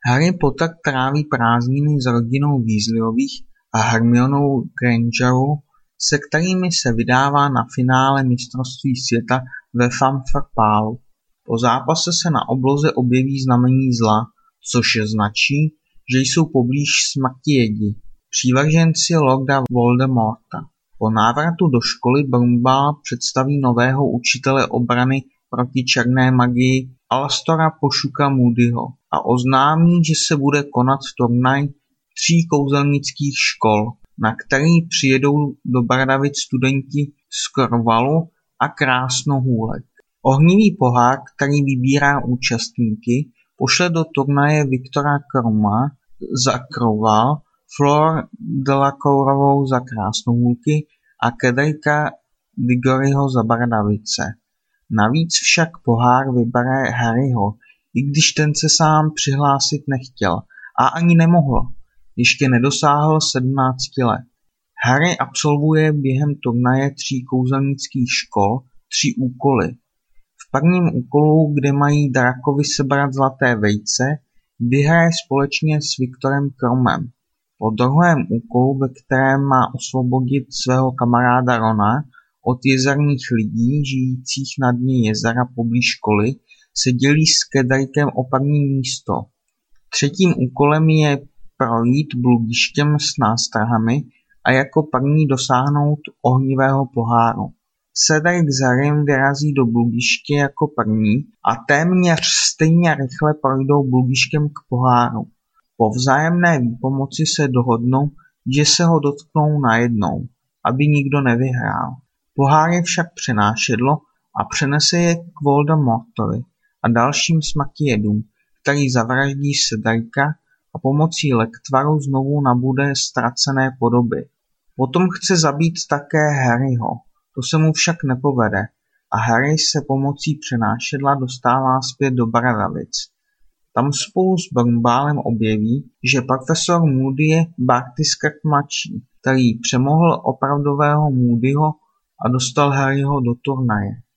Harry Potter tráví prázdniny s rodinou Weasleyových a Hermionou Grangerovou, se kterými se vydává na finále mistrovství světa ve Fun-Fur-Pálu. Po zápase se na obloze objeví znamení zla, což značí, že jsou poblíž smrti jedi, přívrženci Lorda Voldemorta. Po návratu do školy Brumbál představí nového učitele obrany proti černé magii Alastora Pošuka Moodyho a oznámí, že se bude konat turnaj 3 kouzelnických škol, na který přijedou do Bradavic studenti z Korvalu a Krásnohůlek. Ohnivý pohár, který vybírá účastníky, pošle do turnaje Viktora Kruma za Kroval, Flor Delacourovou za Krásnohůlky a Cedrika Diggoryho za Bradavice. Navíc však pohár vybere Harryho, i když ten se sám přihlásit nechtěl a ani nemohl, ještě nedosáhl 17 let. Harry absolvuje během turnaje 3 kouzelnických škol 3 úkoly. V prvním úkolu, kde mají drakovi sebrat zlaté vejce, vyhraje společně s Viktorem Krumem. Po druhém úkolu, ve kterém má osvobodit svého kamaráda Rona od jezerních lidí žijících na dně jezera poblíž školy, se dělí s Cedricem o první místo. Třetím úkolem je projít bludištěm s nástrahami a jako první dosáhnout ohnivého poháru. Cedric s Harrym vyrazí do bludiště jako první a téměř stejně rychle projdou bludištěm k poháru. Po vzájemné výpomoci se dohodnou, že se ho dotknou najednou, aby nikdo nevyhrál. Pohár je však přenášedlo a přenese je k Voldemortovi a dalším smrtijedům, který zavraždí Cedrica a pomocí lektvaru znovu nabude ztracené podoby. Potom chce zabít také Harryho, to se mu však nepovede a Harry se pomocí přenášedla dostává zpět do Bradavic. Tam spolu s Brumbálem objeví, že profesor Moody je Barty Scott mladší, který přemohl opravdového Moodyho a dostal Harryho do turnaje.